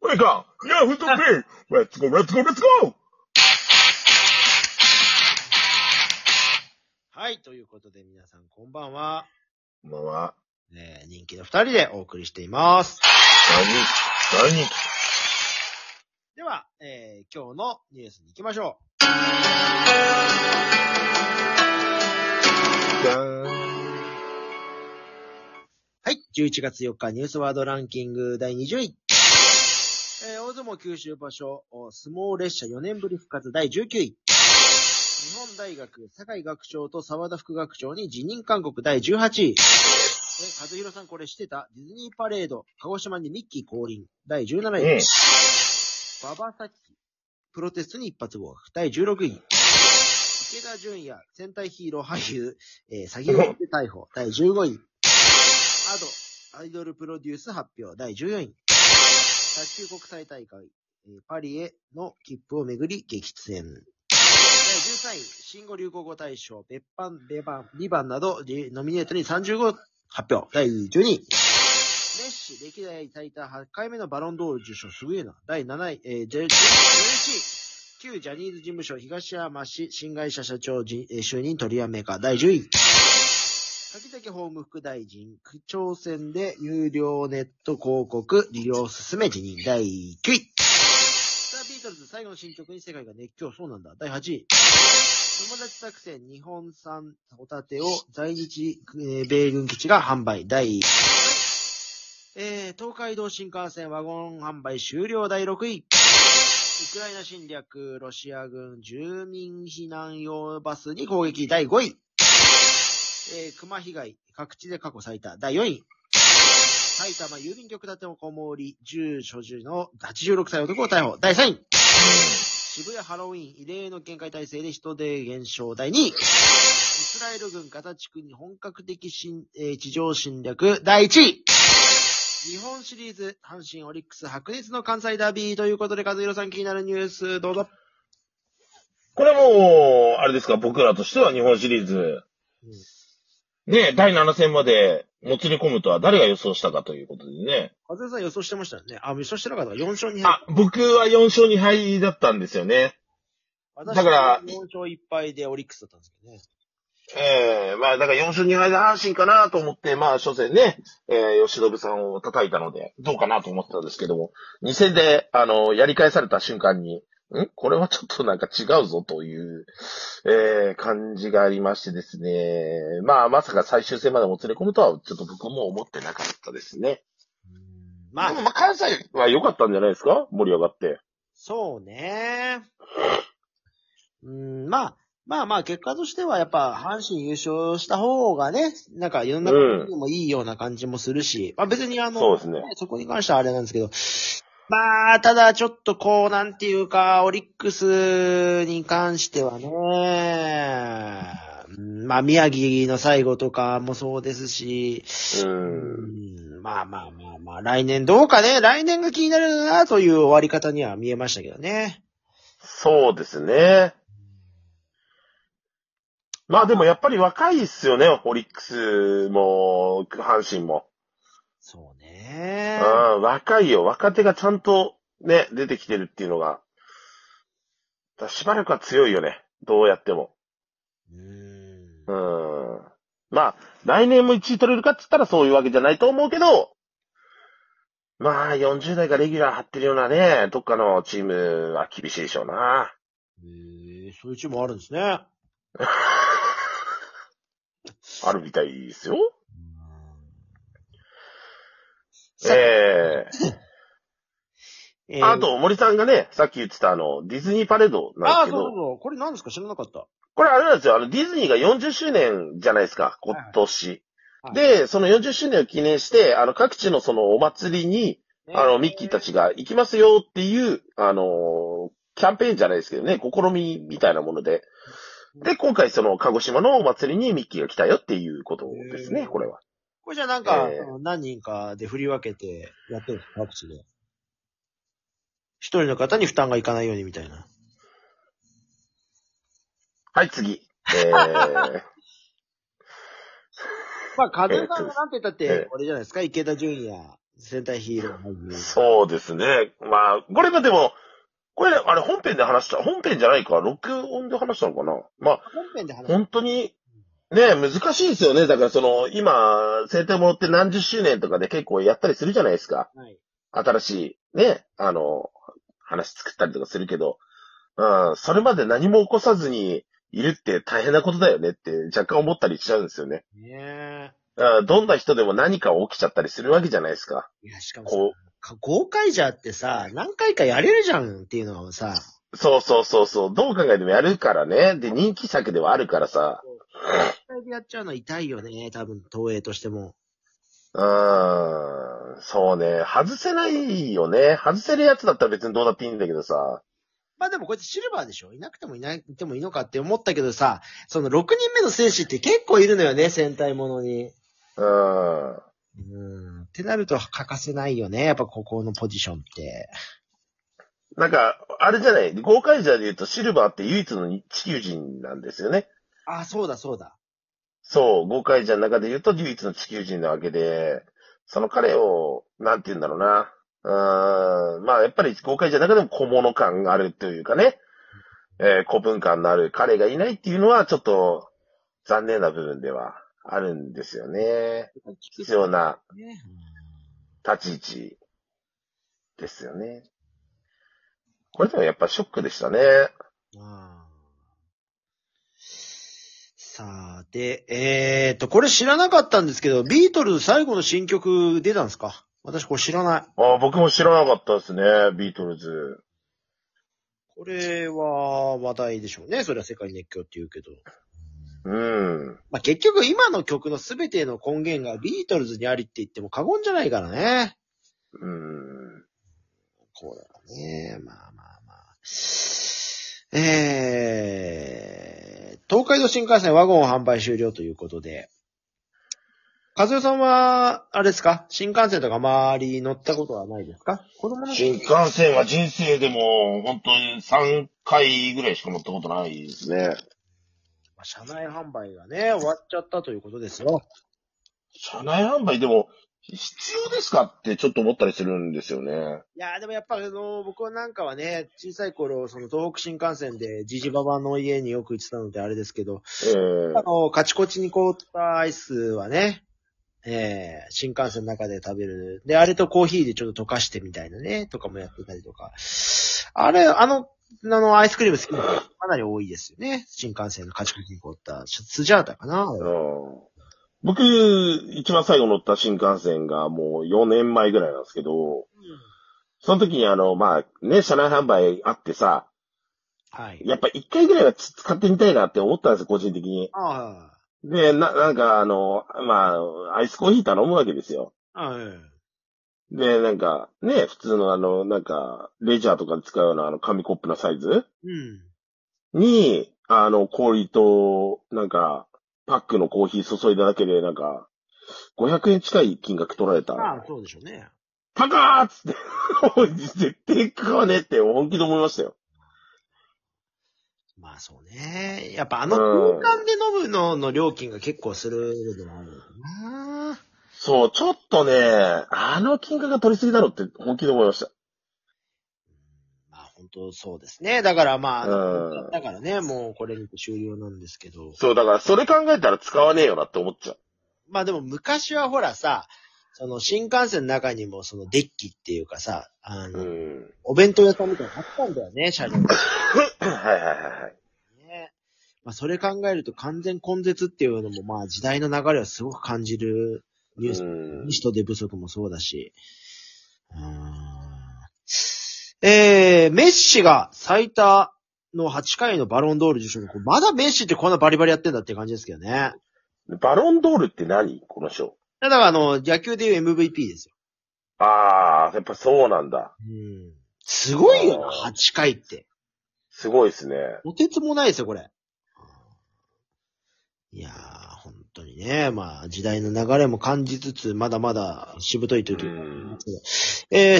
これか。いや、フットピー。レッツゴー、レッツゴー、レッツゴー。 はい、ということで皆さんこんばんは。 こんばんは。 人気の二人でお送りしています。 大人気。 では、今日のニュースに行きましょう。 じゃーん。 はい、11月4日ニュースワードランキング第20位。大相撲九州場所、相撲列車4年ぶり復活第19位。日本大学、酒井学長と沢田副学長に辞任勧告第18位。和弘さんこれ知ってた？ディズニーパレード、鹿児島にミッキー降臨第17位。馬場咲希、プロテストに一発合格第16位。池田純也、戦隊ヒーロー俳優、詐欺容疑で逮捕第15位。アイドルプロデュース発表第14位。卓球国際大会、パリへの切符をめぐり激戦。第13位、新語・流行語大賞、別版、ビバンなど、ノミネートに35発表。第12位。メッシ、歴代最多8回目のバロンドール受賞、すげえな。第7位、11位。旧ジャニーズ事務所、東山氏、新会社社長就任取りやめか。第10位。柿崎法務副大臣、区長選で有料ネット広告利用進め辞任。第9位。ザ・ビートルズ最後の進捗に世界が熱狂。そうなんだ。第8位。友達作戦日本産ホタテを在日、米軍基地が販売。第1位。東海道新幹線ワゴン販売終了。第6位。ウクライナ侵略、ロシア軍住民避難用バスに攻撃。第5位。熊被害、各地で過去最多。第4位。埼玉郵便局建てをこもり、銃所持の86歳男を逮捕。第3位。渋谷ハロウィン、異例の厳戒態勢で人出減少。第2位。イスラエル軍ガザ地区に本格的地上侵略。第1位。日本シリーズ、阪神オリックス白熱の関西ダービーということで、和弘さん気になるニュース、どうぞ。 これもう、あれですか、僕らとしては日本シリーズ。ね、第7戦までもつれ込むとは誰が予想したかということでね。 和弘さん予想してましたよね。予想してなかったから4勝2敗。 僕は4勝2敗だったんですよね。 私だから 4勝1敗でオリックスだったんですけどね。 だから4勝2敗で阪神かなと思って、初戦ね、吉信さんを叩いたので、どうかなと思ってたんですけども、2戦で、やり返された瞬間に、これはちょっとなんか違うぞという、感じがありましてですね。まさか最終戦までもつれ込むとは、ちょっと僕も思ってなかったですね。でも関西は良かったんじゃないですか？盛り上がって。 そうね。結果としてはやっぱ阪神優勝した方がね、なんか世の中にもいいような感じもするし、別にそうですね。 そこに関してはあれなんですけど、ただちょっとなんていうか、オリックスに関してはね、宮城の最後とかもそうですし、来年どうかね、来年が気になるなという終わり方には見えましたけどね。 そうですね。でもやっぱり若いっすよね、オリックスも、阪神も。 そうね。 若いよ。若手がちゃんとね、出てきてるっていうのが。しばらくは強いよね。どうやっても。来年も1位取れるかって言ったらそういうわけじゃないと思うけど、40代がレギュラー張ってるようなね、どっかのチームは厳しいでしょうな。 そういうチームもあるんですね。 あるみたいですよ。あと、森さんがね、さっき言ってたディズニーパレードなんですけど。 そう。これ何ですか？知らなかった。 これあれなんですよ。ディズニーが40周年じゃないですか、今年。で、その40周年を記念して、各地のそのお祭りに、ミッキーたちが行きますよっていう、キャンペーンじゃないですけどね、試みみたいなもので。で、今回その鹿児島のお祭りにミッキーが来たよっていうことですね、これは。 これじゃあなんか、何人かで振り分けてやってるんですか、各地で。一人の方に負担がいかないようにみたいな。 はい、次。 風さんがなんて言ったって、あれじゃないですか、池田純也戦隊ヒーロー俳優。 そうですね。まあ、これがでも、これ、あれ本編じゃないか、録音で話したのかな。まあ、 本編で話本当に、ね、難しいですよね。だから今、戦隊ものって何十周年とかで結構やったりするじゃないですか。 はい。 新しい、ね、話作ったりとかするけど、うん、それまで何も起こさずにいるって大変なことだよねって若干思ったりしちゃうんですよね。 ねうん、どんな人でも何か起きちゃったりするわけじゃないですか。 え。いや、しかもさ、 こ豪快じゃってさ、何回かやれるじゃんっていうのはさ、 う、そう、どう考えてもやるからね。で、人気作ではあるからさ。 豪快でやっちゃうの痛いよね、多分、東映としても。 そうね。外せないよね。外せるやつだったら別にどうだっていいんだけどさ。 まあでもこうやってシルバーでしょ、いなくてもいてもいいのかって思ったけどさ、その6人目の戦士って結構いるのよね、戦隊ものに。 うん。 ってなると欠かせないよね、やっぱここのポジションって。 なんか、あれじゃない。ゴーカイジャーで言うとシルバーって唯一の地球人なんですよね。 あ、そうだそうだ。 そう、ゴーカイジャーの中で言うと唯一の地球人なわけで、その彼を、なんて言うんだろうな。まあやっぱりゴーカイジャーの中でも小物感があるというかね。古文感のある彼がいないっていうのはちょっと残念な部分ではあるんですよね。必要なね、 立ち位置ですよね。これでもやっぱショックでしたね。 さあ、で、これ知らなかったんですけど、ビートルズ最後の新曲出たんですか？私これ知らない。 僕も知らなかったですね、ビートルズ。 これは話題でしょうね。それは世界熱狂って言うけど。 うん。 まあ、結局今の曲の全ての根源がビートルズにありって言っても過言じゃないからね。これはね、まあ。東海道新幹線ワゴン販売終了ということで。和代さんは、あれですか？新幹線とかあまり乗ったことはないですか？子供の新幹線は人生でも本当に3回ぐらいしか乗ったことないですね。 車内販売がね、終わっちゃったということですよ。 車内販売でも必要ですかってちょっと思ったりするんですよね。 いやーでもやっぱ僕はなんかはね、小さい頃、その東北新幹線でジジババの家によく行ってたのであれですけど、カチコチに凍ったアイスはね、新幹線の中で食べる。で、あれとコーヒーでちょっと溶かしてみたいなね、とかもやってたりとか。あれ、アイスクリーム好きな人かなり多いですよね。新幹線のカチコチに凍った。スジャータかな。 僕、一番最後乗った新幹線がもう4年前ぐらいなんですけど、その時にまあね、車内販売あってさ、 はい。 やっぱ1回ぐらいは使ってみたいなって思ったんですよ、個人的に。で、なんかまあ、アイスコーヒー頼むわけですよ。で、なんか、ね、普通のなんか、レジャーとかで使うような紙コップのサイズに、氷と、なんか、パックのコーヒー注いだだけで、なんか、500円近い金額取られた。 そうでしょうね。 高ーっつって、絶対買わねえって本気で思いましたよ。 まあそうね。やっぱ空間で飲むのの料金が結構するのもあるな。 そう、ちょっとね、金額が取りすぎだろって本気で思いました。 まあ本当そうですね。だからまあ、だからね、もうこれにて終了なんですけど。 そう、だからそれ考えたら使わねえよなって思っちゃう。 まあでも昔はほらさ、その新幹線の中にもそのデッキっていうかさ、お弁当屋さんみたいなのあったんだよね、車両。 はい。 ね。まあそれ考えると完全根絶っていうのもまあ時代の流れはすごく感じるニュース。人手不足もそうだし。メッシが最多の8回のバロンドール受賞で、まだメッシってこんなバリバリやってんだって感じですけどね。 バロンドールって何この賞。 だから野球でいう MVP ですよ。 やっぱそうなんだ。 すごいよな、8回って。 すごいですね。 とてつもないですよ、これ。いやー、本当にね、まあ、時代の流れも感じつつ、まだまだしぶといという。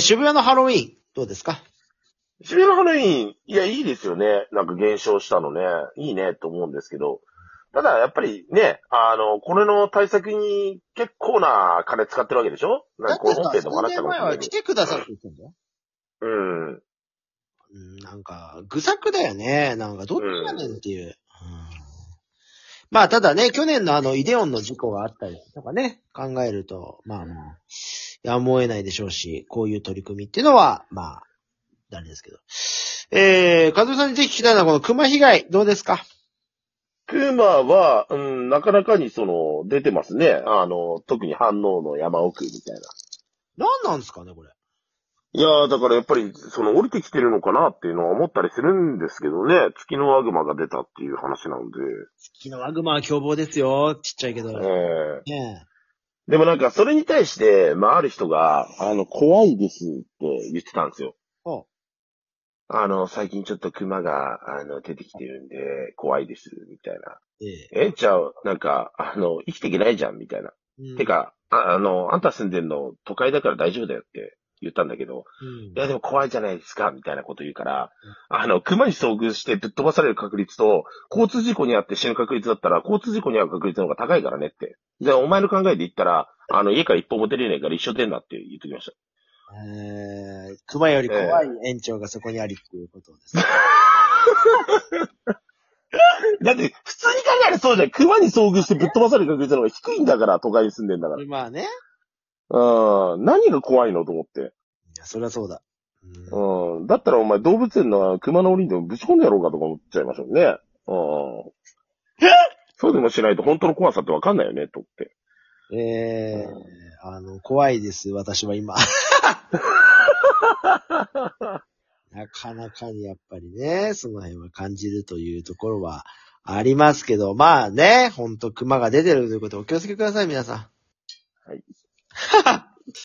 渋谷のハロウィーン、どうですか？ 渋谷のハロウィーン、いや、いいですよね。なんか減少したのね。いいね、と思うんですけど。 ただ、やっぱりね、これの対策に結構な金使ってるわけでしょ？なんかこの本編でも話したかもしれないけど。 数年前は来てくださいって言ってんだよ。なんか、愚策だよね。なんか、どっちやねんっていう。まあ、ただね、去年のイデオンの事故があったりとかね、考えると、まあ、やむを得ないでしょうし、こういう取り組みっていうのは、まあ、誰ですけど。和夫さんにぜひ聞きたいのはこの熊被害、どうですか？ 熊は、なかなかに出てますね。特に反応の山奥みたいな。 何なんですかね、これ。 いやー、だからやっぱり、降りてきてるのかなっていうのは思ったりするんですけどね。月のワグマが出たっていう話なんで。 月のワグマは凶暴ですよ。ちっちゃいけど。 ええねでもなんか、それに対して、まあ、ある人が、怖いですって言ってたんですよ。 お最近ちょっと熊が、出てきてるんで、怖いです、みたいな。 ええ。 じゃあ、なんか、生きていけないじゃん、みたいな。てか、あんた住んでんの都会だから大丈夫だよって言ったんだけど、いやでも怖いじゃないですか、みたいなこと言うから、熊に遭遇してぶっ飛ばされる確率と、交通事故に遭って死ぬ確率だったら、交通事故に遭う確率の方が高いからねって。で、お前の考えで言ったら、家から一歩も出れないから一緒出んなって言ってきました。 熊より怖い園長がそこにありっていうことです。 だって、普通に考えるとそうじゃん。熊に遭遇してぶっ飛ばされる確率の方が低いんだから、都会に住んでんだから。 まあね。 何が怖いのと思って。 いや、そりゃそうだ。 だったらお前動物園の熊の檻にでもぶち込んでやろうかとか思っちゃいましたよね。そうでもしないと本当の怖さってわかんないよね、とって。 怖いです、私は今。なかなかにやっぱりね、その辺は感じるというところはありますけど、まあね、ほんと熊が出てるということでお気をつけください、皆さん。 はい。